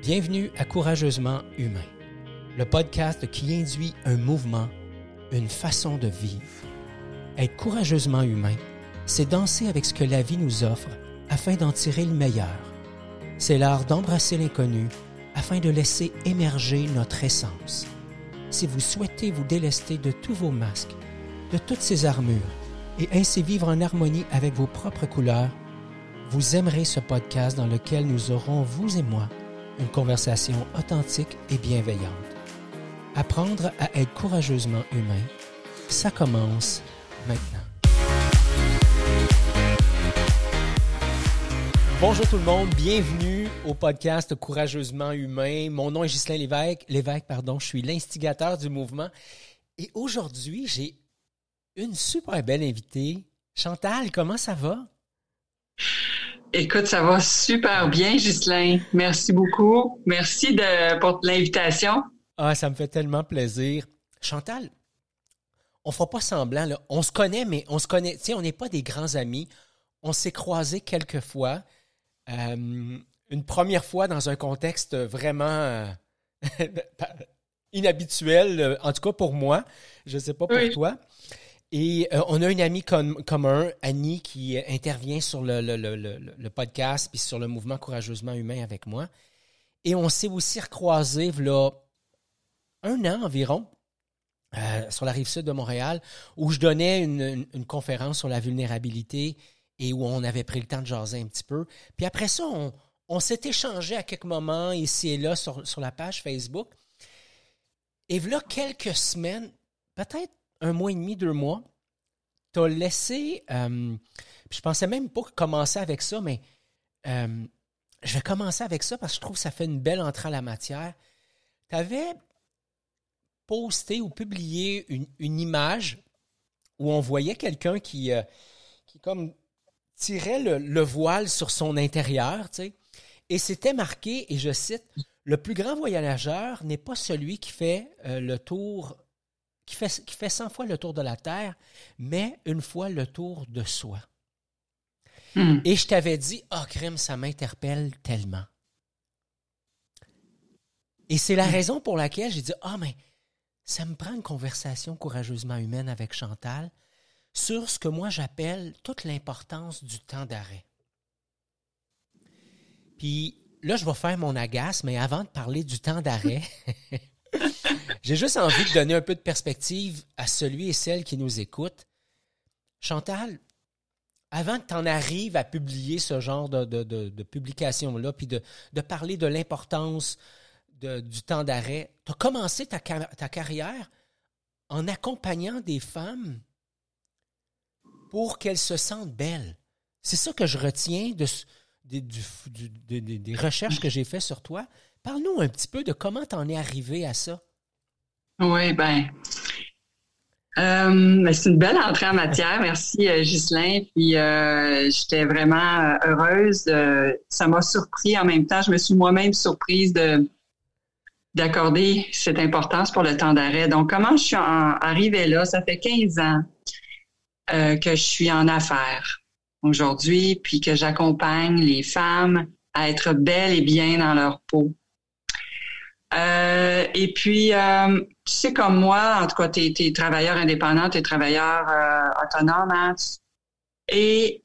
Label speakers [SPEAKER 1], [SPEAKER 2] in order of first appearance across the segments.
[SPEAKER 1] Bienvenue à Courageusement Humain, le podcast qui induit un mouvement, une façon de vivre. Être courageusement humain, c'est danser avec ce que la vie nous offre afin d'en tirer le meilleur. C'est l'art d'embrasser l'inconnu afin de laisser émerger notre essence. Si vous souhaitez vous délester de tous vos masques, de toutes ces armures, et ainsi vivre en harmonie avec vos propres couleurs, vous aimerez ce podcast dans lequel nous aurons, vous et moi, une conversation authentique et bienveillante. Apprendre à être courageusement humain, ça commence maintenant. Bonjour tout le monde, bienvenue au podcast Courageusement Humain. Mon nom est Ghislain Lévesque, je suis l'instigateur du mouvement. Et aujourd'hui, j'ai une super belle invitée. Chantal, comment ça va?
[SPEAKER 2] Écoute, ça va super bien, Ghislain. Merci beaucoup. Merci pour l'invitation.
[SPEAKER 1] Ah, ça me fait tellement plaisir. Chantal, on fera pas semblant, là. On se connaît, mais on se connaît. Tu sais, on n'est pas des grands amis. On s'est croisés quelques fois. Une première fois dans un contexte vraiment inhabituel, en tout cas pour moi. Je ne sais pas pour toi. Et on a une amie commun, Annie, qui intervient sur le podcast puis sur le mouvement Courageusement Humain avec moi. Et on s'est aussi recroisés là, 1 an environ sur la Rive-Sud de Montréal où je donnais une conférence sur la vulnérabilité et où on avait pris le temps de jaser un petit peu. Puis après ça, on s'est échangé à quelques moments ici et là sur la page Facebook. Et là, quelques semaines, peut-être 1 mois et demi, 2 mois, t'as laissé, je pensais même pas commencer avec ça, mais je vais commencer avec ça parce que je trouve que ça fait une belle entrée à la matière. Tu avais posté ou publié une image où on voyait quelqu'un qui comme tirait le voile sur son intérieur, tu sais, et c'était marqué, et je cite, « Le plus grand voyageur n'est pas celui qui fait le tour... » qui fait 100 fois le tour de la Terre, mais une fois le tour de soi. Et je t'avais dit, crime, ça m'interpelle tellement. Et c'est la raison pour laquelle j'ai dit, mais ça me prend une conversation courageusement humaine avec Chantal sur ce que moi j'appelle toute l'importance du temps d'arrêt. Puis là, je vais faire mon agace, mais avant de parler du temps d'arrêt... J'ai juste envie de donner un peu de perspective à celui et celle qui nous écoutent. Chantal, avant que tu en arrives à publier ce genre de publication-là, puis de parler de l'importance du temps d'arrêt, tu as commencé ta carrière en accompagnant des femmes pour qu'elles se sentent belles. C'est ça que je retiens des recherches que j'ai faites sur toi. Parle-nous un petit peu de comment tu en es arrivé à ça.
[SPEAKER 2] Oui, c'est une belle entrée en matière. Merci, Ghislain. Puis, j'étais vraiment heureuse. Ça m'a surpris en même temps. Je me suis moi-même surprise d'accorder cette importance pour le temps d'arrêt. Donc, comment je suis arrivée là? Ça fait 15 ans que je suis en affaires aujourd'hui, puis que j'accompagne les femmes à être belles et bien dans leur peau. Et puis, tu sais, comme moi, en tout cas, t'es travailleur indépendant, t'es travailleur autonome, hein, et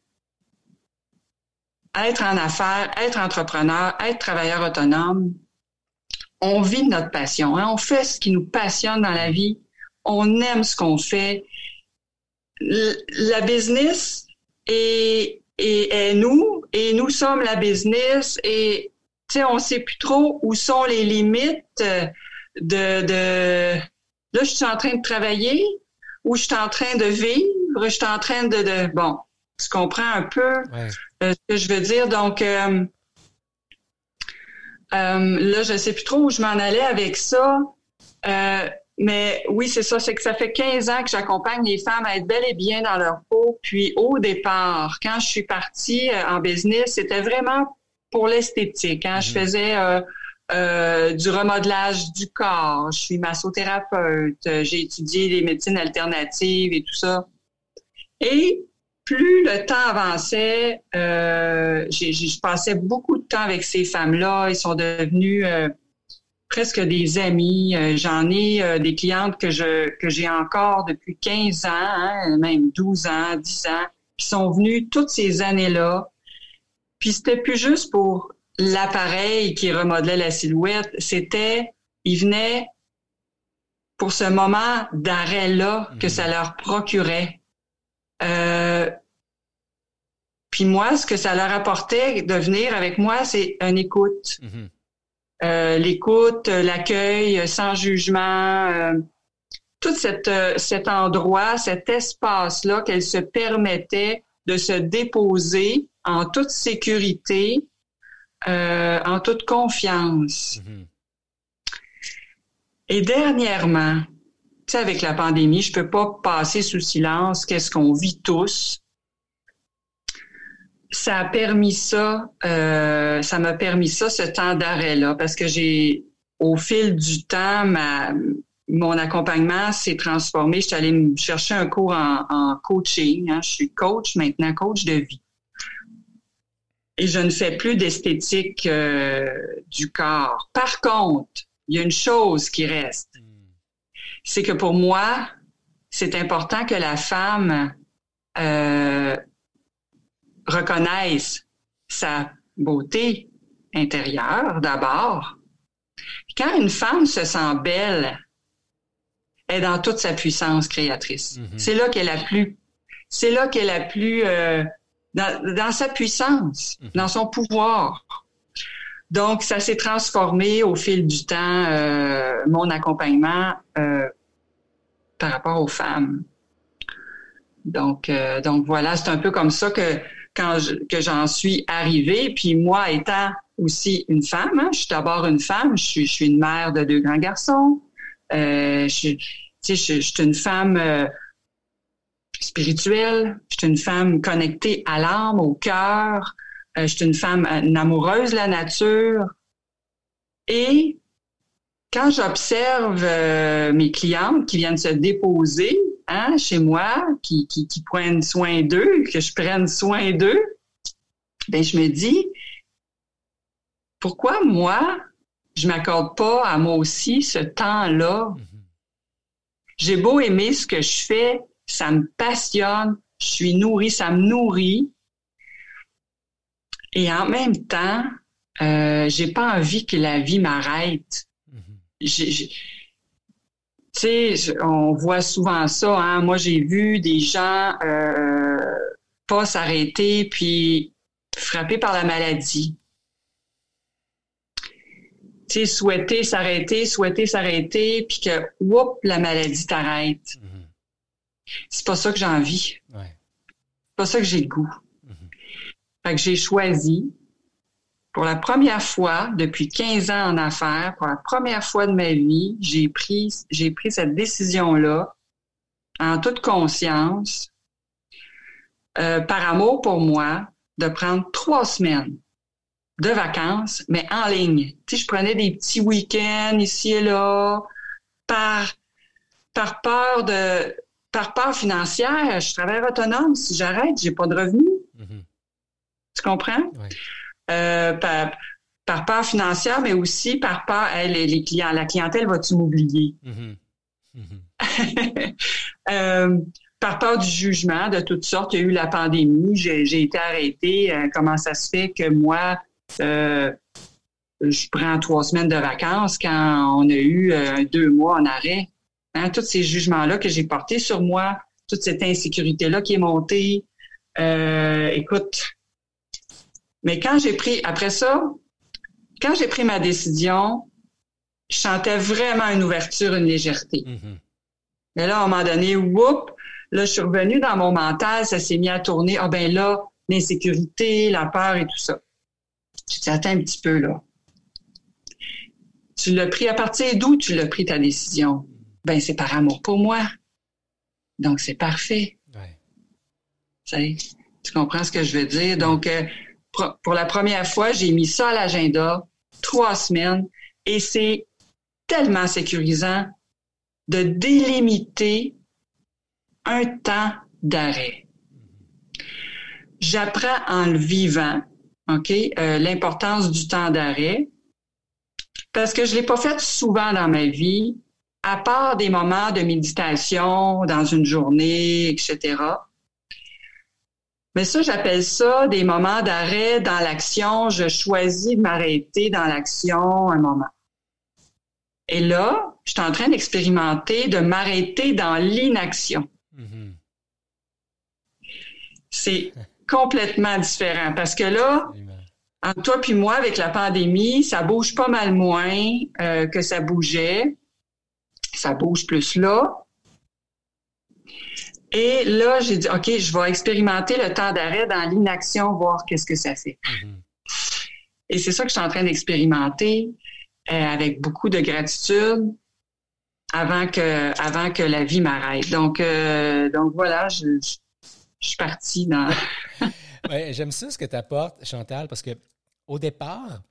[SPEAKER 2] être en affaires, être entrepreneur, être travailleur autonome, on vit de notre passion, hein, on fait ce qui nous passionne dans la vie, on aime ce qu'on fait. La business est nous, et nous sommes la business, et tu sais, on sait plus trop où sont les limites de là, je suis en train de travailler ou je suis en train de vivre, je suis en train de bon, tu comprends un peu ce que je veux dire. Donc, là, je sais plus trop où je m'en allais avec ça. Mais oui, c'est ça, c'est que ça fait 15 ans que j'accompagne les femmes à être belles et bien dans leur peau. Puis au départ, quand je suis partie en business, c'était vraiment pour l'esthétique. Hein. Je faisais du remodelage du corps. Je suis massothérapeute. J'ai étudié les médecines alternatives et tout ça. Et plus le temps avançait, je passais beaucoup de temps avec ces femmes-là. Ils sont devenus presque des amis. J'en ai des clientes que j'ai encore depuis 15 ans, hein, même 12 ans, 10 ans, qui sont venues toutes ces années-là. Puis c'était plus juste pour l'appareil qui remodelait la silhouette, ils venaient pour ce moment d'arrêt-là que ça leur procurait. Puis moi, ce que ça leur apportait de venir avec moi, c'est une écoute. L'écoute, l'accueil sans jugement, tout cet endroit, cet espace-là qu'elles se permettaient de se déposer en toute sécurité, en toute confiance. Et dernièrement, tu sais, avec la pandémie, je peux pas passer sous silence qu'est-ce qu'on vit tous. Ça a permis ça, ça m'a permis ça, ce temps d'arrêt-là, parce que au fil du temps, mon accompagnement s'est transformé. Je suis allée me chercher un cours en coaching. Hein. Je suis coach maintenant, coach de vie. Et je ne fais plus d'esthétique du corps. Par contre, il y a une chose qui reste. C'est que pour moi, c'est important que la femme reconnaisse sa beauté intérieure d'abord. Quand une femme se sent belle, elle est dans toute sa puissance créatrice. C'est là qu'elle est la plus dans sa puissance, dans son pouvoir. Donc, ça s'est transformé au fil du temps, mon accompagnement par rapport aux femmes. Donc voilà, c'est un peu comme ça que j'en suis arrivée. Puis moi, étant aussi une femme, hein, je suis d'abord une femme, je suis une mère de 2 grands garçons. Je suis une femme spirituelle, je suis une femme connectée à l'âme, au cœur. Je suis une femme, une amoureuse de la nature. Et quand j'observe mes clientes qui viennent se déposer chez moi, qui prennent soin d'eux, que je prenne soin d'eux, ben je me dis, pourquoi moi, je m'accorde pas à moi aussi ce temps-là? J'ai beau aimer ce que je fais, ça me passionne, je suis nourrie, ça me nourrit. Et en même temps, j'ai pas envie que la vie m'arrête. Tu sais, on voit souvent ça. Hein? Moi, j'ai vu des gens pas s'arrêter puis frappés par la maladie. Tu sais, souhaiter s'arrêter, puis que, whoop, la maladie t'arrête. C'est pas ça que j'ai envie. Ouais. C'est pas ça que j'ai le goût. Fait que j'ai choisi, pour la première fois, depuis 15 ans en affaires, pour la première fois de ma vie, j'ai pris cette décision-là, en toute conscience, par amour pour moi, de prendre 3 semaines de vacances, mais en ligne. Tu sais, je prenais des petits week-ends ici et là, par peur financière. Je travaille autonome. Si j'arrête, j'ai pas de revenus. Tu comprends? Oui. Par peur financière, mais aussi par peur, les clients, la clientèle, va-tu m'oublier? Par peur du jugement de toutes sortes. Il y a eu la pandémie, j'ai été arrêtée. Comment ça se fait que moi, je prends 3 semaines de vacances quand on a eu 2 mois en arrêt? Hein, tous ces jugements-là que j'ai portés sur moi, toute cette insécurité-là qui est montée. Écoute, mais quand j'ai pris ma décision, je sentais vraiment une ouverture, une légèreté. Mais là, à un moment donné, whoop, là, je suis revenue dans mon mental, ça s'est mis à tourner. Ah ben là, l'insécurité, la peur et tout ça. Je te dis, attends un petit peu, là. Tu l'as pris à partir d'où tu l'as pris ta décision? Ben, c'est par amour pour moi. Donc, c'est parfait. Ouais. Tu comprends ce que je veux dire? Donc, pour la première fois, j'ai mis ça à l'agenda, 3 semaines, et c'est tellement sécurisant de délimiter un temps d'arrêt. j'apprends en le vivant, OK, l'importance du temps d'arrêt, parce que je l'ai pas fait souvent dans ma vie, à part des moments de méditation dans une journée, etc. Mais ça, j'appelle ça des moments d'arrêt dans l'action. Je choisis de m'arrêter dans l'action un moment. Et là, je suis en train d'expérimenter de m'arrêter dans l'inaction. Mm-hmm. C'est complètement différent parce que là, entre toi puis moi, avec la pandémie, ça bouge pas mal moins que ça bougeait. Ça bouge plus là. Et là, j'ai dit, OK, je vais expérimenter le temps d'arrêt dans l'inaction, voir qu'est-ce que ça fait. Mm-hmm. Et c'est ça que je suis en train d'expérimenter avec beaucoup de gratitude avant que la vie m'arrête. Donc voilà, je suis partie dans...
[SPEAKER 1] Ouais, j'aime ça ce que tu apportes, Chantal, parce que au départ,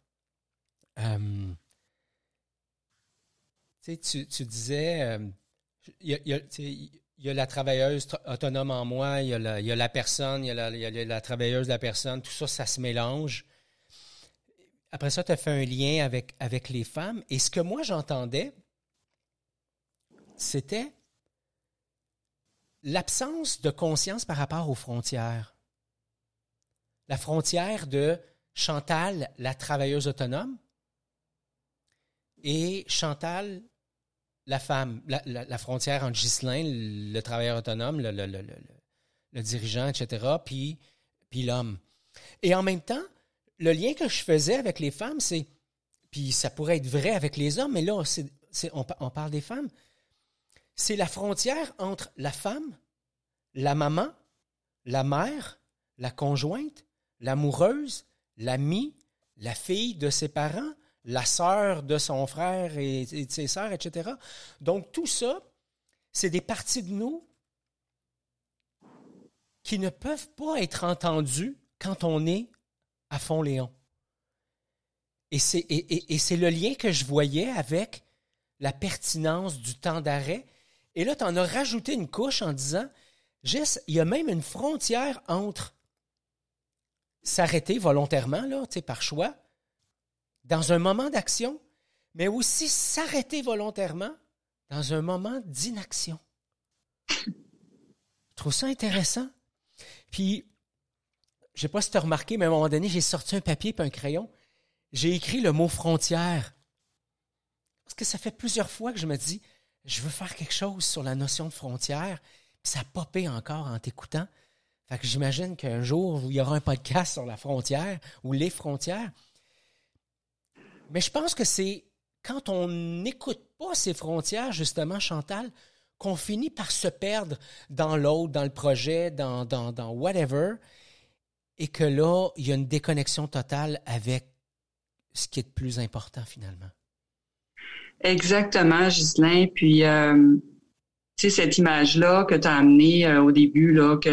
[SPEAKER 1] tu disais, il y a la travailleuse autonome en moi, il y a la personne, il y a la travailleuse de la personne, tout ça, ça se mélange. Après ça, tu as fait un lien avec les femmes. Et ce que moi, j'entendais, c'était l'absence de conscience par rapport aux frontières. La frontière de Chantal, la travailleuse autonome, et Chantal, la femme, la frontière entre Ghislain, le travailleur autonome, le dirigeant, etc., puis l'homme. Et en même temps, le lien que je faisais avec les femmes, c'est, puis ça pourrait être vrai avec les hommes, mais là, on parle des femmes, c'est la frontière entre la femme, la maman, la mère, la conjointe, l'amoureuse, l'amie, la fille de ses parents, la sœur de son frère et de ses sœurs, etc. Donc, tout ça, c'est des parties de nous qui ne peuvent pas être entendues quand on est à fond Léon. Et c'est le lien que je voyais avec la pertinence du temps d'arrêt. Et là, tu en as rajouté une couche en disant, Jess, il y a même une frontière entre s'arrêter volontairement, là, par choix, dans un moment d'action, mais aussi s'arrêter volontairement dans un moment d'inaction. Je trouve ça intéressant. Puis, je ne sais pas si tu as remarqué, mais à un moment donné, j'ai sorti un papier et un crayon. J'ai écrit le mot frontière. Parce que ça fait plusieurs fois que je me dis, je veux faire quelque chose sur la notion de frontière. Puis ça a popé encore en t'écoutant. Fait que j'imagine qu'un jour, il y aura un podcast sur la frontière ou les frontières. Mais je pense que c'est quand on n'écoute pas ces frontières, justement, Chantal, qu'on finit par se perdre dans l'autre, dans le projet, dans whatever, et que là, il y a une déconnexion totale avec ce qui est de plus important, finalement.
[SPEAKER 2] Exactement, Ghislain. Puis, tu sais, cette image-là que tu as amenée au début, là, que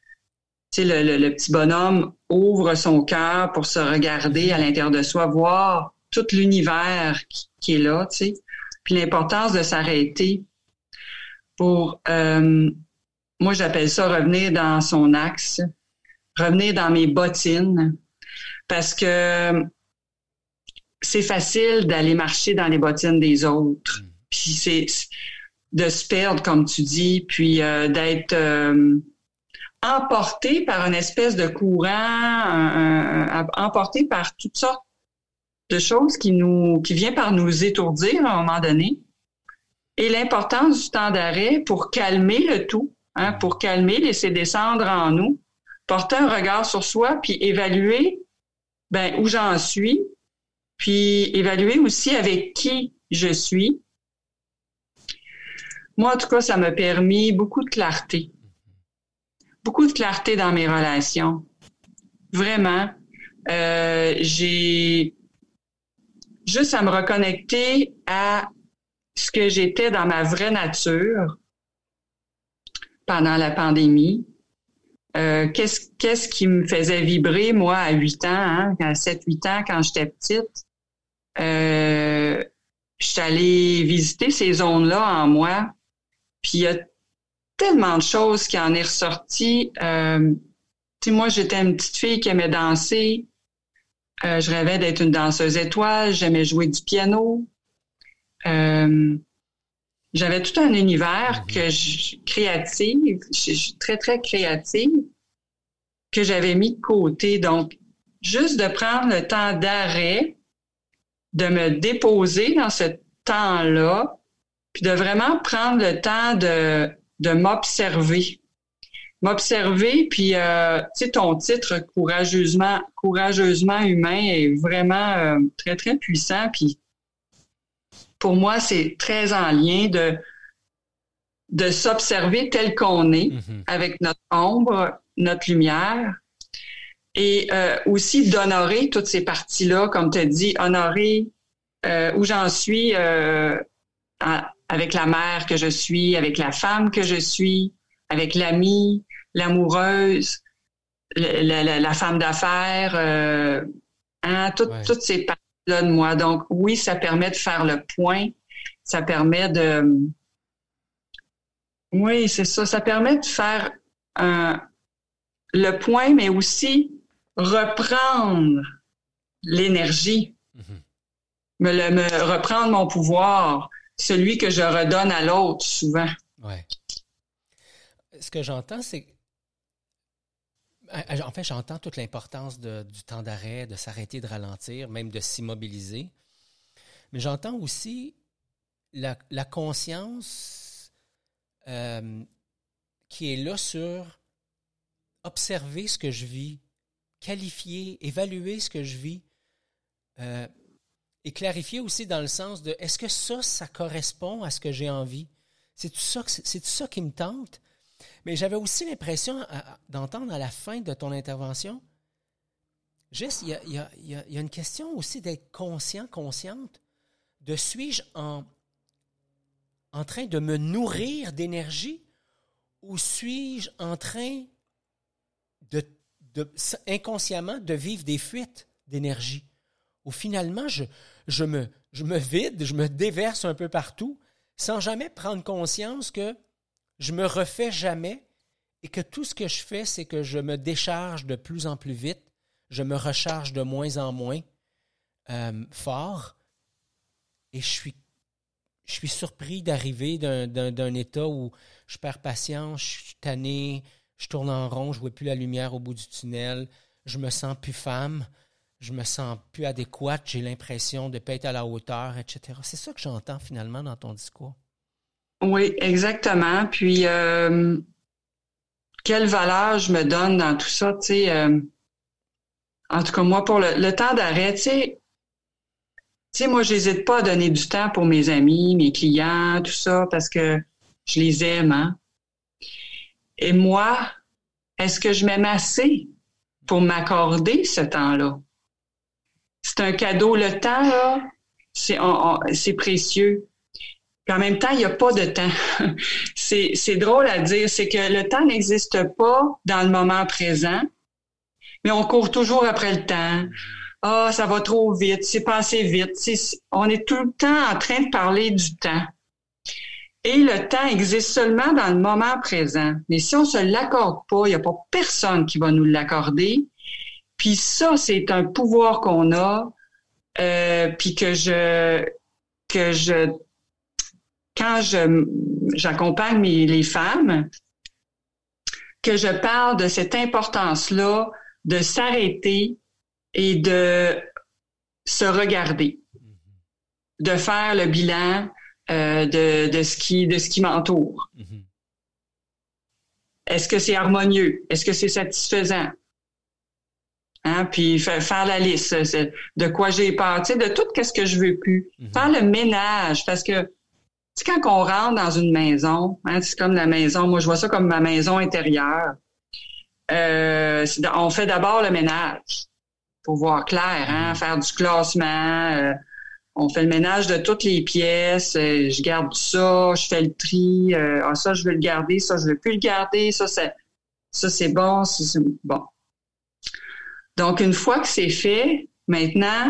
[SPEAKER 2] le petit bonhomme ouvre son cœur pour se regarder à l'intérieur de soi, voir tout l'univers qui est là, tu sais. Puis l'importance de s'arrêter pour, moi, j'appelle ça revenir dans son axe, revenir dans mes bottines, parce que c'est facile d'aller marcher dans les bottines des autres. Puis c'est de se perdre, comme tu dis, puis d'être emporté par une espèce de courant, emporté par toutes sortes de choses qui vient par nous étourdir à un moment donné. Et l'importance du temps d'arrêt pour calmer le tout, pour calmer, laisser descendre en nous, porter un regard sur soi, puis évaluer où j'en suis, puis évaluer aussi avec qui je suis. Moi, en tout cas, ça m'a permis beaucoup de clarté. Beaucoup de clarté dans mes relations. Vraiment. J'ai juste à me reconnecter à ce que j'étais dans ma vraie nature pendant la pandémie. Qu'est-ce qui me faisait vibrer, moi, à 8 ans, à 7-8 ans, quand j'étais petite? Je suis allée visiter ces zones-là en moi, puis il y a tellement de choses qui en est ressorti. Tu sais, moi, j'étais une petite fille qui aimait danser. Je rêvais d'être une danseuse étoile. J'aimais jouer du piano. J'avais tout un univers créatif. Je suis très, très créative, que j'avais mis de côté. Donc, juste de prendre le temps d'arrêt, de me déposer dans ce temps-là, puis de vraiment prendre le temps de m'observer. M'observer, puis tu sais, ton titre courageusement humain est vraiment très, très puissant. Puis pour moi, c'est très en lien de s'observer tel qu'on est, avec notre ombre, notre lumière, et aussi d'honorer toutes ces parties-là, comme tu as dit, honorer où j'en suis avec la mère que je suis, avec la femme que je suis, avec l'amie, l'amoureuse, la femme d'affaires, toutes ces parties-là de moi. Donc, oui, ça permet de faire le point. Ça permet de... Oui, c'est ça. Ça permet de faire le point, mais aussi reprendre l'énergie, me reprendre mon pouvoir, celui que je redonne à l'autre souvent.
[SPEAKER 1] Ouais. Ce que j'entends, c'est... En fait, j'entends toute l'importance du temps d'arrêt, de s'arrêter, de ralentir, même de s'immobiliser. Mais j'entends aussi la conscience qui est là sur observer ce que je vis, qualifier, évaluer ce que je vis, et clarifier aussi dans le sens de est-ce que ça correspond à ce que j'ai envie? C'est ça qui me tente? Mais j'avais aussi l'impression d'entendre à la fin de ton intervention, juste, il y a une question aussi d'être consciente, de suis-je en train de me nourrir d'énergie ou suis-je en train inconsciemment de vivre des fuites d'énergie où finalement je me vide, je me déverse un peu partout sans jamais prendre conscience que je me refais jamais et que tout ce que je fais, c'est que je me décharge de plus en plus vite, je me recharge de moins en moins fort et je suis surpris d'arriver d'un état où je perds patience, je suis tanné, je tourne en rond, je ne vois plus la lumière au bout du tunnel, je me sens plus femme, je me sens plus adéquate, j'ai l'impression de ne pas être à la hauteur, etc. C'est ça que j'entends finalement dans ton discours.
[SPEAKER 2] Oui, exactement. Puis, quelle valeur je me donne dans tout ça, tu sais. En tout cas, moi, pour le temps d'arrêt, tu sais, moi, j'hésite pas à donner du temps pour mes amis, mes clients, tout ça, parce que je les aime, hein. Et moi, est-ce que je m'aime assez pour m'accorder ce temps-là? C'est un cadeau. Le temps, là, c'est précieux. Puis en même temps, il n'y a pas de temps. C'est drôle à dire, c'est que le temps n'existe pas dans le moment présent, mais on court toujours après le temps. Ah, ça va trop vite, c'est passé vite. On est tout le temps en train de parler du temps. Et le temps existe seulement dans le moment présent. Mais si on ne se l'accorde pas, il n'y a pas personne qui va nous l'accorder. Puis ça, c'est un pouvoir qu'on a, puis quand j'accompagne les femmes, que je parle de cette importance-là, de s'arrêter et de se regarder, de faire le bilan de ce qui m'entoure. Est-ce que c'est harmonieux? Est-ce que c'est satisfaisant? Hein? Puis faire la liste de quoi j'ai peur, tu sais, de tout ce que je veux plus. Faire le ménage, parce que tu sais, quand on rentre dans une maison, hein, c'est comme la maison, moi je vois ça comme ma maison intérieure. On fait d'abord le ménage pour voir clair, hein, faire du classement. On fait le ménage de toutes les pièces. Je garde ça, je fais le tri. Ça, je veux le garder, ça, je veux plus le garder. Ça c'est bon, ça, c'est bon. Donc, une fois que c'est fait, maintenant,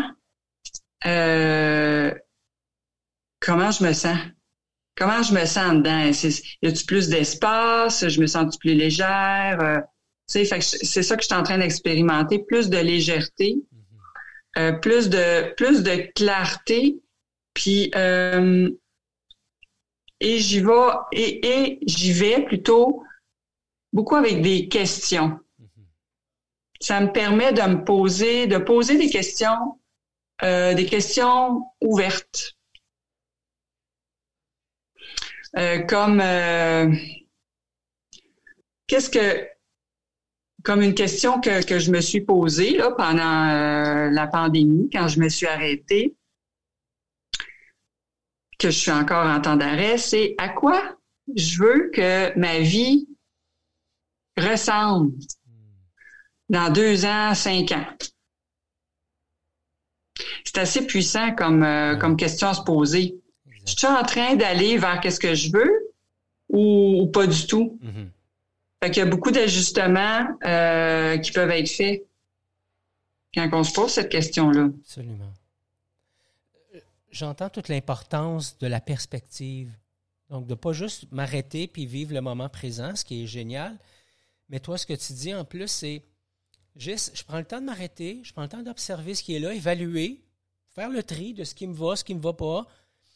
[SPEAKER 2] comment je me sens? Comment je me sens dedans? Y a-tu plus d'espace? Je me sens plus légère? Tu sais, fait que c'est ça que je suis en train d'expérimenter, plus de légèreté, plus de clarté, puis et j'y vais plutôt beaucoup avec des questions. Ça me permet de poser des questions ouvertes. Comme comme une question que je me suis posée là, pendant la pandémie, quand je me suis arrêtée, que je suis encore en temps d'arrêt, c'est à quoi je veux que ma vie ressemble dans 2 ans, 5 ans. C'est assez puissant comme question à se poser. Je suis en train d'aller vers qu'est-ce que je veux ou pas du tout? Mm-hmm. Fait qu'il y a beaucoup d'ajustements qui peuvent être faits quand on se pose cette question-là.
[SPEAKER 1] Absolument. J'entends toute l'importance de la perspective. Donc, de ne pas juste m'arrêter puis vivre le moment présent, ce qui est génial. Mais toi, ce que tu dis en plus, c'est je prends le temps de m'arrêter, je prends le temps d'observer ce qui est là, évaluer, faire le tri de ce qui me va, ce qui ne me va pas.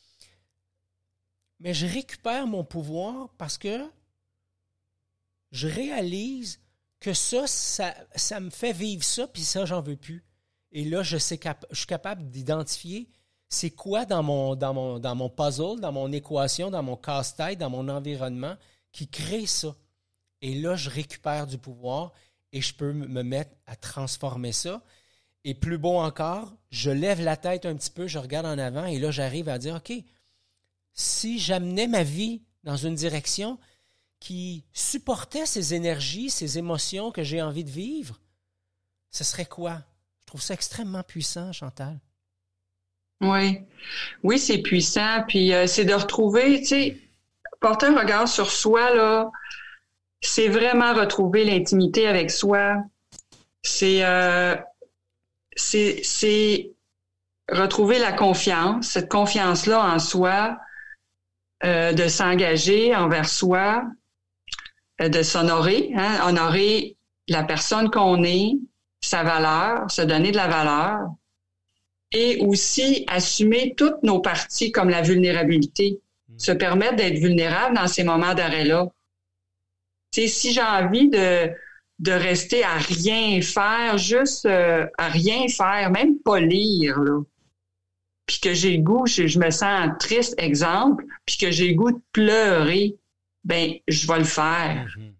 [SPEAKER 1] Mais je récupère mon pouvoir parce que je réalise que ça me fait vivre ça, puis ça, j'en veux plus. Et là, je suis capable d'identifier c'est quoi dans mon puzzle, dans mon équation, dans mon casse-tête, dans mon environnement qui crée ça. Et là, je récupère du pouvoir et je peux me mettre à transformer ça. Et plus beau encore, je lève la tête un petit peu, je regarde en avant et là, j'arrive à dire, OK, si j'amenais ma vie dans une direction qui supportait ces énergies, ces émotions que j'ai envie de vivre, ce serait quoi? Je trouve ça extrêmement puissant, Chantal.
[SPEAKER 2] Oui, c'est puissant. Puis c'est de retrouver, tu sais, porter un regard sur soi, là, c'est vraiment retrouver l'intimité avec soi. C'est retrouver la confiance, cette confiance-là en soi, de s'engager envers soi, de s'honorer, hein, honorer la personne qu'on est, sa valeur, se donner de la valeur, et aussi assumer toutes nos parties comme la vulnérabilité, se permettre d'être vulnérable dans ces moments d'arrêt-là. Tu sais, si j'ai envie de rester à rien faire, juste à rien faire, même pas lire, là, puis que j'ai le goût, je me sens triste, exemple, puis que j'ai le goût de pleurer, ben je vais le faire. Mm-hmm.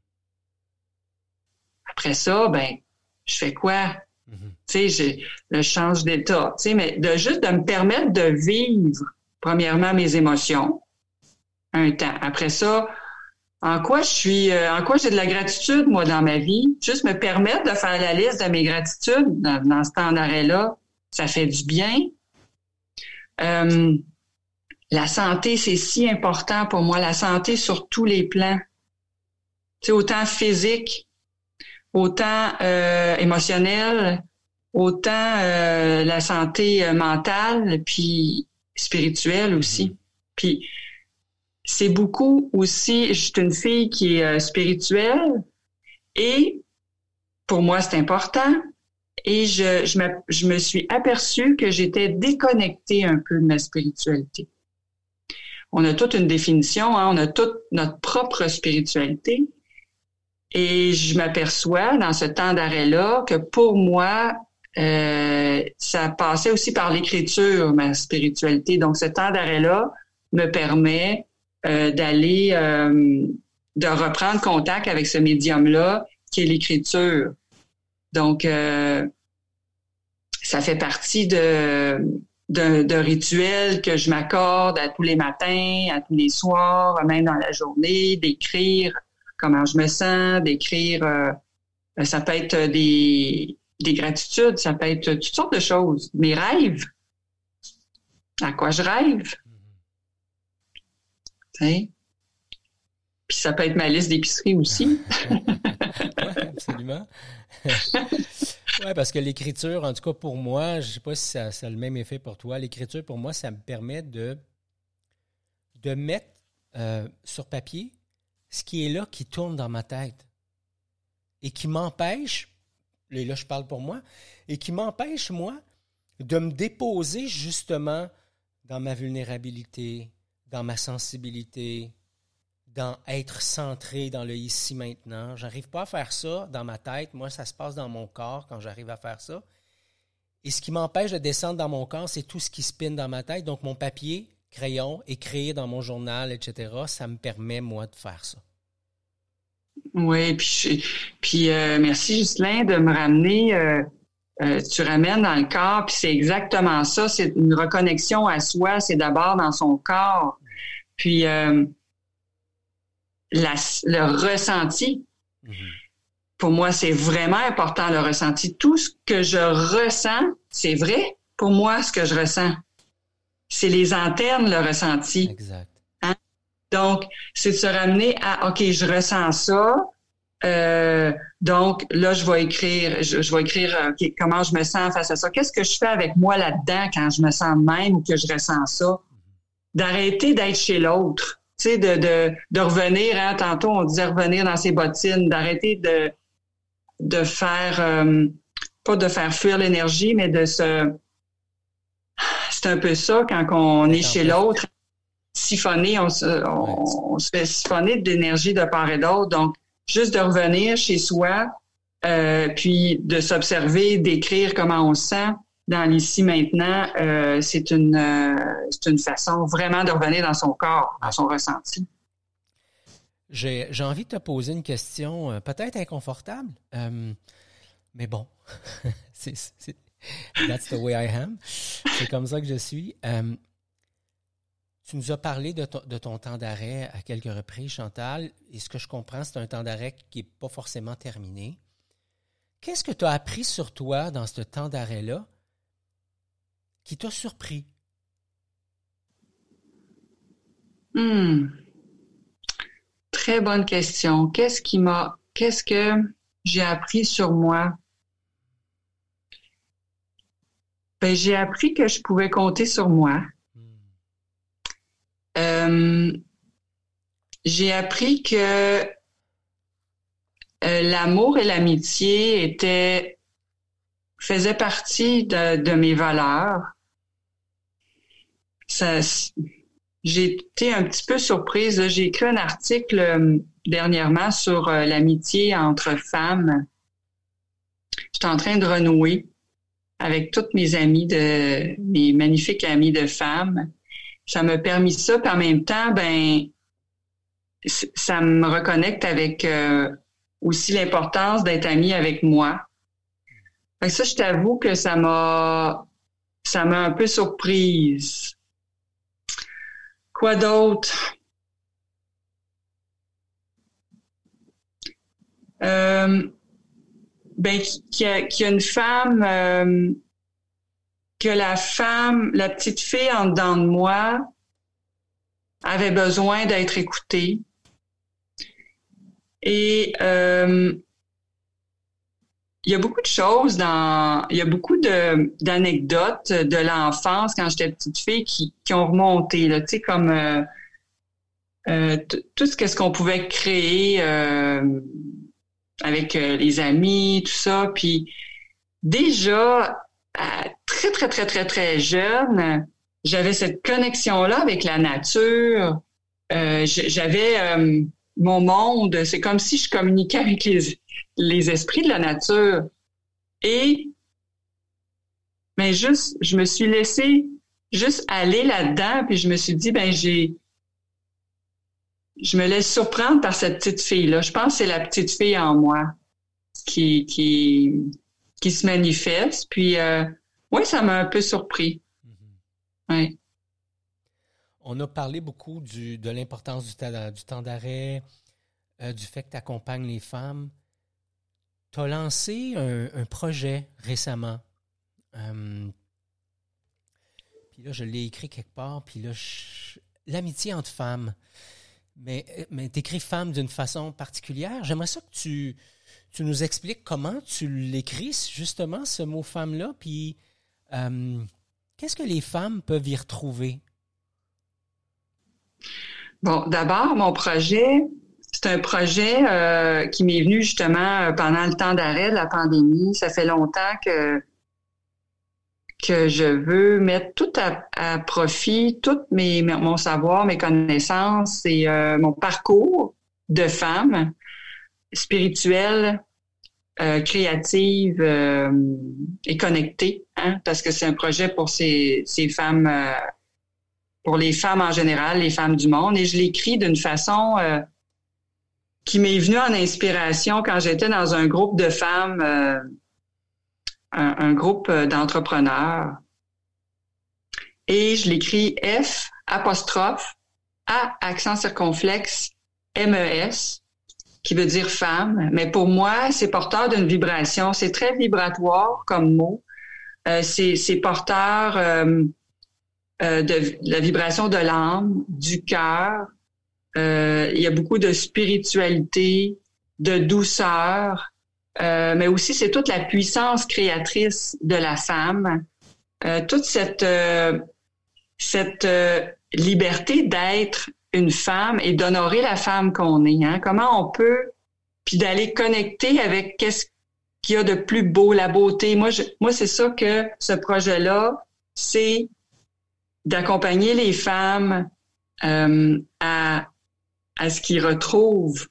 [SPEAKER 2] Après ça, ben je fais quoi? Mm-hmm. Tu sais, je change d'état. Tu sais, mais juste de me permettre de vivre, premièrement, mes émotions, un temps. Après ça, en quoi j'ai de la gratitude, moi, dans ma vie? Juste me permettre de faire la liste de mes gratitudes dans ce temps d'arrêt-là, ça fait du bien. La santé, c'est si important pour moi. La santé sur tous les plans. Tu sais, autant physique, autant émotionnel, autant la santé mentale, puis spirituelle aussi. Puis c'est beaucoup aussi, je suis une fille qui est spirituelle et pour moi, c'est important. Et je me suis aperçue que j'étais déconnectée un peu de ma spiritualité. On a toute une définition, hein, on a toute notre propre spiritualité. Et je m'aperçois dans ce temps d'arrêt-là que pour moi, ça passait aussi par l'écriture, ma spiritualité. Donc, ce temps d'arrêt-là me permet d'aller, de reprendre contact avec ce médium-là qui est l'écriture. Donc, ça fait partie de rituels que je m'accorde à tous les matins, à tous les soirs, même dans la journée, d'écrire comment je me sens, d'écrire, ça peut être des gratitudes, ça peut être toutes sortes de choses. Mes rêves, à quoi je rêve. T'sais? Puis ça peut être ma liste d'épicerie aussi.
[SPEAKER 1] Oui, absolument. Oui, parce que l'écriture, en tout cas pour moi, je ne sais pas si ça a le même effet pour toi, l'écriture pour moi, ça me permet de mettre sur papier ce qui est là, qui tourne dans ma tête. et qui m'empêche, et là je parle pour moi, et qui m'empêche, moi, de me déposer justement dans ma vulnérabilité, dans ma sensibilité, dans être centré dans le ici maintenant. J'arrive pas à faire ça dans ma tête. Moi, ça se passe dans mon corps quand j'arrive à faire ça. Et ce qui m'empêche de descendre dans mon corps, c'est tout ce qui spinne dans ma tête. Donc, mon papier, crayon, écrire dans mon journal, etc., ça me permet, moi, de faire ça.
[SPEAKER 2] Oui, puis merci, Ghislain, de me ramener. Tu ramènes dans le corps, puis c'est exactement ça. C'est une reconnexion à soi. C'est d'abord dans son corps. Puis le ressenti. Pour moi, c'est vraiment important, le ressenti. Tout ce que je ressens, c'est vrai pour moi, ce que je ressens. C'est les antennes, le ressenti.
[SPEAKER 1] Exact.
[SPEAKER 2] Hein? Donc, c'est de se ramener à, OK, je ressens ça. Donc, là, je vais écrire okay, comment je me sens face à ça. Qu'est-ce que je fais avec moi là-dedans quand je me sens de même ou que je ressens ça? D'arrêter d'être chez l'autre. Tu sais, de revenir, hein, tantôt on disait revenir dans ses bottines, d'arrêter de faire, pas de faire fuir l'énergie, mais c'est un peu ça quand on est chez l'autre, siphonner, on se fait siphonner d'énergie de part et d'autre. Donc, juste de revenir chez soi, puis de s'observer, d'écrire comment on se sent dans l'ici maintenant, c'est une façon vraiment de revenir dans son corps, dans son ressenti.
[SPEAKER 1] J'ai envie de te poser une question peut-être inconfortable, mais bon, that's the way I am. C'est comme ça que je suis. Tu nous as parlé de ton temps d'arrêt à quelques reprises, Chantal, et ce que je comprends, c'est un temps d'arrêt qui n'est pas forcément terminé. Qu'est-ce que tu as appris sur toi dans ce temps d'arrêt-là qui t'a surpris?
[SPEAKER 2] Très bonne question. Qu'est-ce que j'ai appris sur moi? Ben, j'ai appris que je pouvais compter sur moi. J'ai appris que l'amour et l'amitié faisaient partie de mes valeurs. J'ai été un petit peu surprise. Là. J'ai écrit un article dernièrement sur l'amitié entre femmes. J'étais en train de renouer avec toutes mes magnifiques amies de femmes. Ça m'a permis ça, puis en même temps, ça me reconnecte avec aussi l'importance d'être amie avec moi. Fait que ça, je t'avoue que ça m'a un peu surprise. Quoi d'autre? Qu'il y a une femme, que la petite fille en dedans de moi avait besoin d'être écoutée. Et il y a beaucoup de choses il y a beaucoup d'anecdotes de l'enfance quand j'étais petite fille qui ont remonté, là, tu sais, comme tout ce qu'on pouvait créer avec les amis, tout ça. Puis déjà, très, très, très, très, très jeune, j'avais cette connexion-là avec la nature. J'avais mon monde. C'est comme si je communiquais avec les esprits de la nature. Et je me suis laissée juste aller là-dedans, puis je me suis dit, je me laisse surprendre par cette petite fille-là. Je pense que c'est la petite fille en moi qui se manifeste. Puis, oui, ça m'a un peu surpris. Ouais.
[SPEAKER 1] On a parlé beaucoup de l'importance du temps d'arrêt, du fait que tu accompagnes les femmes. Tu as lancé un projet récemment. Puis là, je l'ai écrit quelque part. Puis là, l'amitié entre femmes. Mais tu écris femme d'une façon particulière. J'aimerais ça que tu nous expliques comment tu l'écris, justement, ce mot femme-là. Puis qu'est-ce que les femmes peuvent y retrouver?
[SPEAKER 2] Bon, d'abord, mon projet, C'est un projet qui m'est venu justement pendant le temps d'arrêt de la pandémie. Ça fait longtemps que je veux mettre tout à profit, tout mon savoir, mes connaissances et mon parcours de femme spirituelle, créative et connectée, hein, parce que c'est un projet pour ces femmes, pour les femmes en général, les femmes du monde. Et je l'écris d'une façon qui m'est venue en inspiration quand j'étais dans un groupe de femmes, un groupe d'entrepreneurs. Et je l'écris F, apostrophe, A, accent circonflexe, MES, qui veut dire femme. Mais pour moi, c'est porteur d'une vibration. C'est très vibratoire comme mot. C'est porteur de la vibration de l'âme, du cœur. Il y a beaucoup de spiritualité, de douceur, mais aussi c'est toute la puissance créatrice de la femme, toute cette liberté d'être une femme et d'honorer la femme qu'on est. Hein? Comment on peut, puis d'aller connecter avec qu'est-ce qu'il y a de plus beau, la beauté. Moi, c'est ça que ce projet-là, c'est d'accompagner les femmes à ce qu'ils retrouvent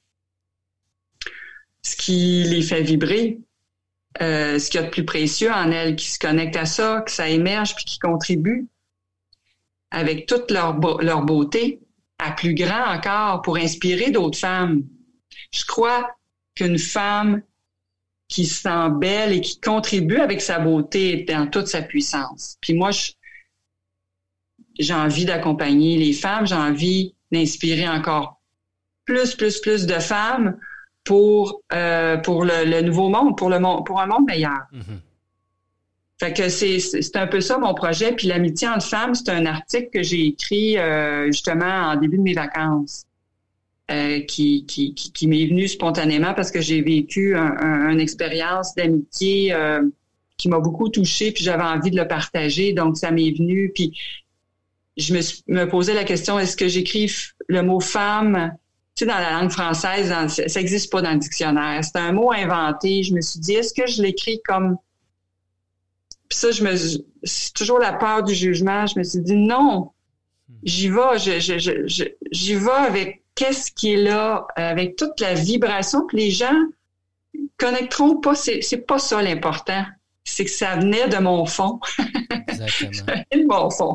[SPEAKER 2] ce qui les fait vibrer, ce qu'il y a de plus précieux en elles, qui se connectent à ça, que ça émerge puis qui contribuent avec toute leur beauté à plus grand encore pour inspirer d'autres femmes. Je crois qu'une femme qui se sent belle et qui contribue avec sa beauté dans toute sa puissance. Puis moi, j'ai envie d'accompagner les femmes, j'ai envie d'inspirer encore plus de femmes pour le nouveau monde, pour un monde meilleur. Mm-hmm. Fait que c'est un peu ça mon projet. Puis l'amitié entre femmes, c'est un article que j'ai écrit justement en début de mes vacances, qui m'est venu spontanément parce que j'ai vécu une expérience d'amitié qui m'a beaucoup touchée, puis j'avais envie de le partager. Donc ça m'est venu. Puis je me posais la question, est-ce que j'écris le mot femme? Tu sais, dans la langue française, ça n'existe pas dans le dictionnaire. C'est un mot inventé. Je me suis dit, est-ce que je l'écris comme... Puis ça, c'est toujours la peur du jugement. Je me suis dit, non, j'y vais. J'y vais avec qu'est-ce qui est là, avec toute la vibration que les gens connecteront pas. C'est pas ça l'important. C'est que ça venait de mon fond. Exactement. Ça venait de mon fond.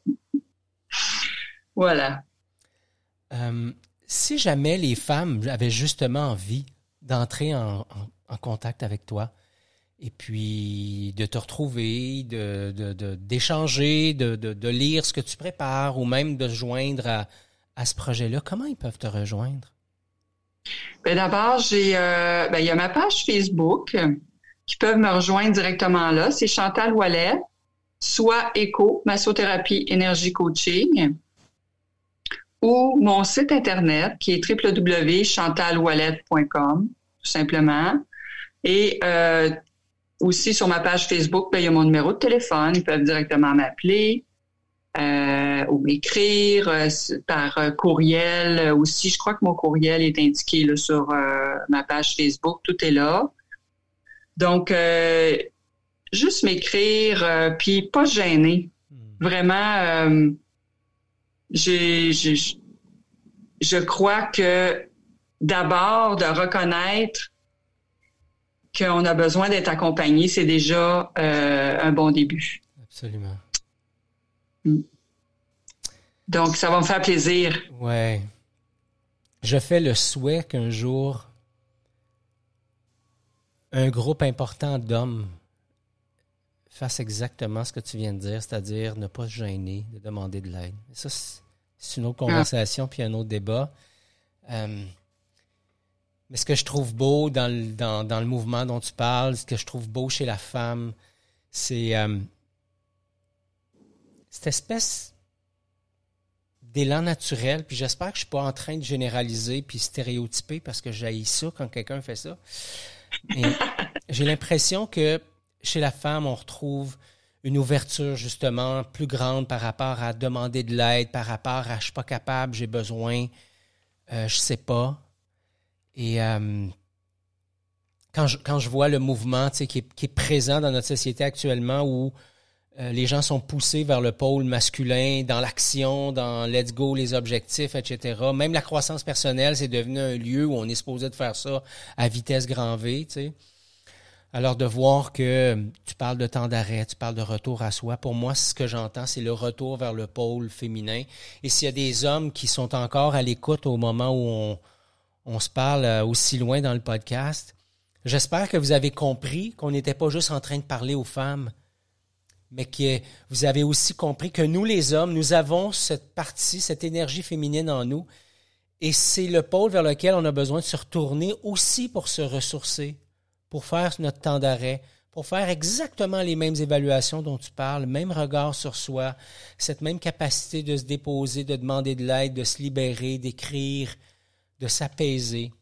[SPEAKER 2] Voilà.
[SPEAKER 1] Si jamais les femmes avaient justement envie d'entrer en contact avec toi et puis de te retrouver, d'échanger, de lire ce que tu prépares ou même de se joindre à ce projet-là, comment ils peuvent te rejoindre?
[SPEAKER 2] Ben d'abord, il y a ma page Facebook qui peuvent me rejoindre directement là. C'est Chantal Ouellet, soit Éco, massothérapie, énergie coaching, ou mon site internet qui est www.chantalouellet.com, tout simplement. Et aussi sur ma page Facebook, il y a mon numéro de téléphone. Ils peuvent directement m'appeler ou m'écrire par courriel aussi. Je crois que mon courriel est indiqué là, sur ma page Facebook. Tout est là. Donc, juste m'écrire, puis pas se gêner. Vraiment, je crois que d'abord, de reconnaître qu'on a besoin d'être accompagné, c'est déjà un bon début.
[SPEAKER 1] Absolument.
[SPEAKER 2] Donc, ça va me faire plaisir.
[SPEAKER 1] Ouais. Je fais le souhait qu'un jour, un groupe important d'hommes fasse exactement ce que tu viens de dire, c'est-à-dire ne pas se gêner, de demander de l'aide. Ça, c'est une autre conversation puis un autre débat. Mais ce que je trouve beau dans le mouvement dont tu parles, ce que je trouve beau chez la femme, c'est cette espèce d'élan naturel. Puis j'espère que je ne suis pas en train de généraliser puis stéréotyper parce que j'haïs ça quand quelqu'un fait ça. Mais j'ai l'impression que chez la femme, on retrouve une ouverture justement plus grande par rapport à demander de l'aide, par rapport à « je suis pas capable, j'ai besoin, je sais pas ». Et quand je vois le mouvement qui est présent dans notre société actuellement où les gens sont poussés vers le pôle masculin, dans l'action, dans let's go, les objectifs, etc. Même la croissance personnelle, c'est devenu un lieu où on est supposé de faire ça à vitesse grand V, tu sais. Alors de voir que tu parles de temps d'arrêt, tu parles de retour à soi, pour moi, ce que j'entends, c'est le retour vers le pôle féminin. Et s'il y a des hommes qui sont encore à l'écoute au moment où on se parle aussi loin dans le podcast, j'espère que vous avez compris qu'on n'était pas juste en train de parler aux femmes, mais que vous avez aussi compris que nous, les hommes, nous avons cette partie, cette énergie féminine en nous, et c'est le pôle vers lequel on a besoin de se retourner aussi pour se ressourcer, pour faire notre temps d'arrêt, pour faire exactement les mêmes évaluations dont tu parles, même regard sur soi, cette même capacité de se déposer, de demander de l'aide, de se libérer, d'écrire, de s'apaiser.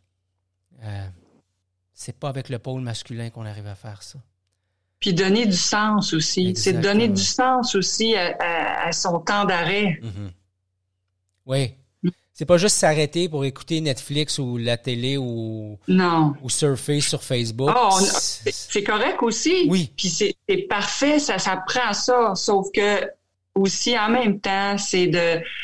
[SPEAKER 1] C'est pas avec le pôle masculin qu'on arrive à faire ça.
[SPEAKER 2] Puis donner du sens aussi.
[SPEAKER 1] Exactement.
[SPEAKER 2] C'est de donner du sens aussi à son temps d'arrêt.
[SPEAKER 1] Mm-hmm. Oui. C'est pas juste s'arrêter pour écouter Netflix ou la télé ou surfer sur Facebook.
[SPEAKER 2] Oh, c'est correct aussi.
[SPEAKER 1] Oui.
[SPEAKER 2] Puis c'est parfait, ça prend ça. Sauf que aussi, en même temps, c'est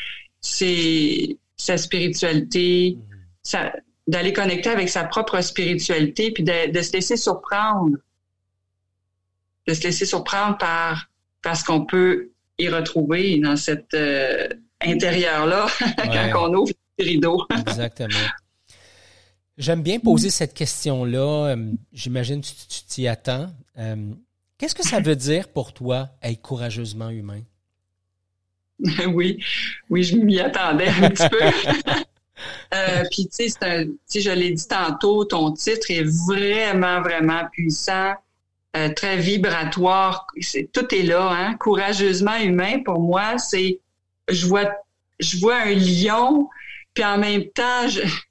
[SPEAKER 2] sa spiritualité, d'aller connecter avec sa propre spiritualité, puis de se laisser surprendre. De se laisser surprendre par ce qu'on peut y retrouver dans cet intérieur-là quand on ouvre les rideaux.
[SPEAKER 1] Exactement. J'aime bien poser cette question-là. J'imagine que tu t'y attends. Qu'est-ce que ça veut dire pour toi être courageusement humain?
[SPEAKER 2] Oui, je m'y attendais un petit peu. Puis tu sais, je l'ai dit tantôt, ton titre est vraiment, vraiment puissant. Très vibratoire, tout est là, hein. Courageusement humain, pour moi, c'est je vois un lion, puis en même temps,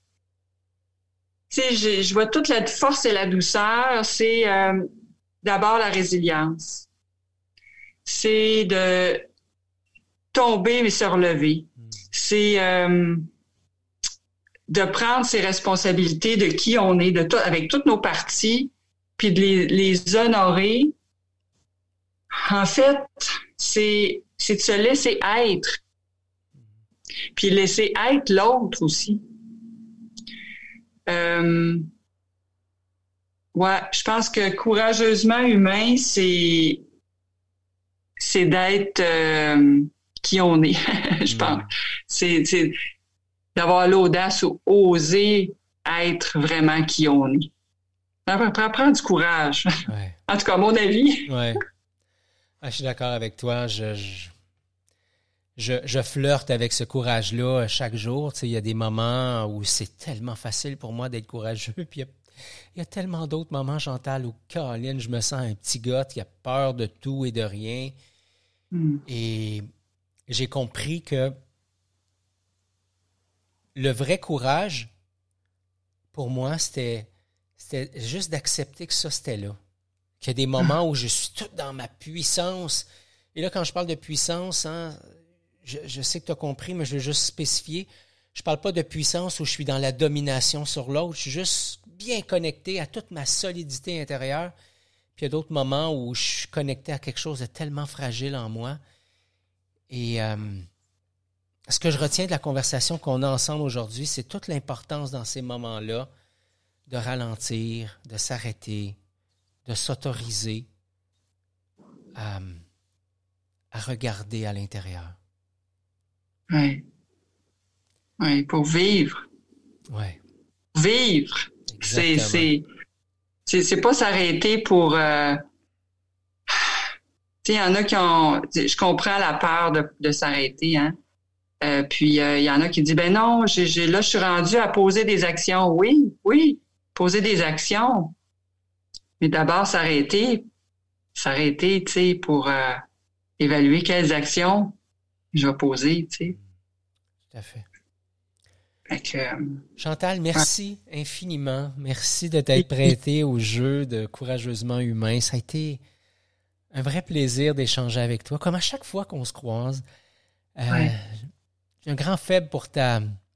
[SPEAKER 2] je vois toute la force et la douceur. C'est d'abord la résilience. C'est de tomber mais se relever. C'est de prendre ses responsabilités de qui on est, avec toutes nos parties, puis de les honorer. En fait, c'est de se laisser être, puis laisser être l'autre aussi. Ouais, je pense que courageusement humain, c'est d'être qui on est, je pense. C'est d'avoir l'audace ou oser être vraiment qui on est. Prends du courage.
[SPEAKER 1] Ouais.
[SPEAKER 2] En tout cas, à mon avis.
[SPEAKER 1] Ouais. Je suis d'accord avec toi. Je flirte avec ce courage-là chaque jour. Tu sais, il y a des moments où c'est tellement facile pour moi d'être courageux. Puis il y a tellement d'autres moments, Chantal, où, Caroline, je me sens un petit gars qui a peur de tout et de rien. Et j'ai compris que le vrai courage, pour moi, c'était juste d'accepter que ça, c'était là. Qu'il y a des moments où je suis tout dans ma puissance. Et là, quand je parle de puissance, hein, je sais que tu as compris, mais je veux juste spécifier. Je parle pas de puissance où je suis dans la domination sur l'autre. Je suis juste bien connecté à toute ma solidité intérieure. Puis il y a d'autres moments où je suis connecté à quelque chose de tellement fragile en moi. Et ce que je retiens de la conversation qu'on a ensemble aujourd'hui, c'est toute l'importance dans ces moments-là de ralentir, de s'arrêter, de s'autoriser à regarder à l'intérieur.
[SPEAKER 2] Oui. Oui, pour vivre.
[SPEAKER 1] Oui.
[SPEAKER 2] Vivre. C'est pas s'arrêter pour... tu sais, il y en a qui ont... Je comprends la peur de s'arrêter, hein. Puis il y en a qui disent, ben non, là, je suis rendu à poser des actions. Oui, poser des actions. Mais d'abord, s'arrêter, tu sais, pour évaluer quelles actions je vais poser, tu sais.
[SPEAKER 1] Tout à fait.
[SPEAKER 2] Fait que,
[SPEAKER 1] Chantal, merci infiniment. Merci de t'être prêtée au jeu de Courageusement Humain. Ça a été un vrai plaisir d'échanger avec toi. Comme à chaque fois qu'on se croise, j'ai un grand faible pour ta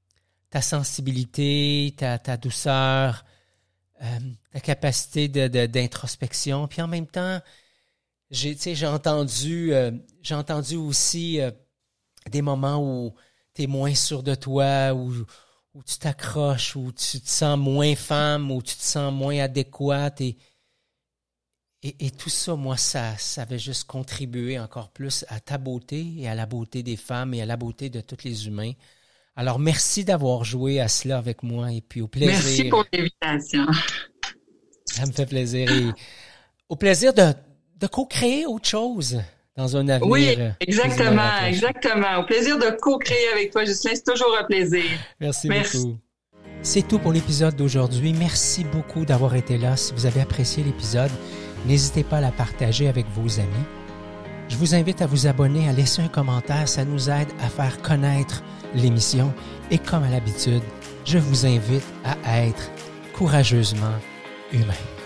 [SPEAKER 1] ta sensibilité, ta douceur, ta capacité d'introspection. Puis en même temps, j'ai entendu aussi des moments où tu es moins sûr de toi, où tu t'accroches, où tu te sens moins femme, où tu te sens moins adéquate. Et tout ça, moi, ça avait juste contribué encore plus à ta beauté et à la beauté des femmes et à la beauté de tous les humains. Alors, merci d'avoir joué à cela avec moi et puis au plaisir.
[SPEAKER 2] Merci pour l'invitation.
[SPEAKER 1] Ça me fait plaisir. Et au plaisir de co-créer autre chose dans un avenir.
[SPEAKER 2] Oui, exactement. Au plaisir de co-créer avec toi, Ghislain. C'est toujours un plaisir.
[SPEAKER 1] Merci beaucoup. C'est tout pour l'épisode d'aujourd'hui. Merci beaucoup d'avoir été là. Si vous avez apprécié l'épisode, n'hésitez pas à la partager avec vos amis. Je vous invite à vous abonner, à laisser un commentaire. Ça nous aide à faire connaître l'émission. Et comme à l'habitude, je vous invite à être courageusement humain.